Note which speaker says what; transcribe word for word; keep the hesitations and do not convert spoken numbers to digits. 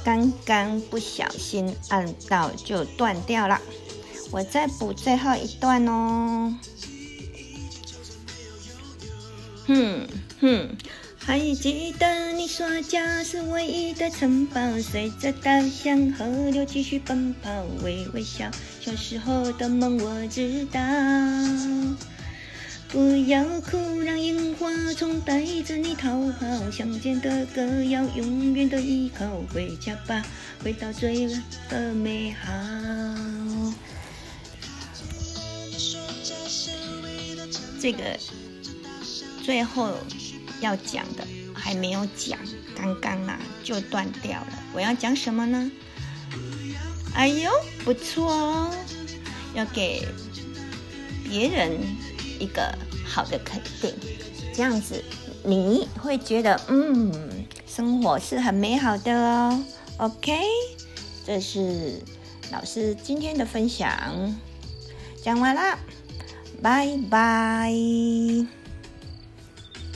Speaker 1: 刚刚不小心按到就断掉了，我再补最后一段哦。哼哼，还记得你说家是唯一的城堡，随着大象河流继续奔跑，微微笑，小时候的梦我知道。不要哭，让萤火虫带着你逃跑，乡间的歌谣永远的依靠，回家吧，回到最的美好。这个最后要讲的还没有讲，刚刚啊就断掉了。我要讲什么呢？哎呦，不错哦，要给别人一个好的肯定，这样子你会觉得嗯，生活是很美好的哦。OK， 这是老师今天的分享，讲完了，拜拜。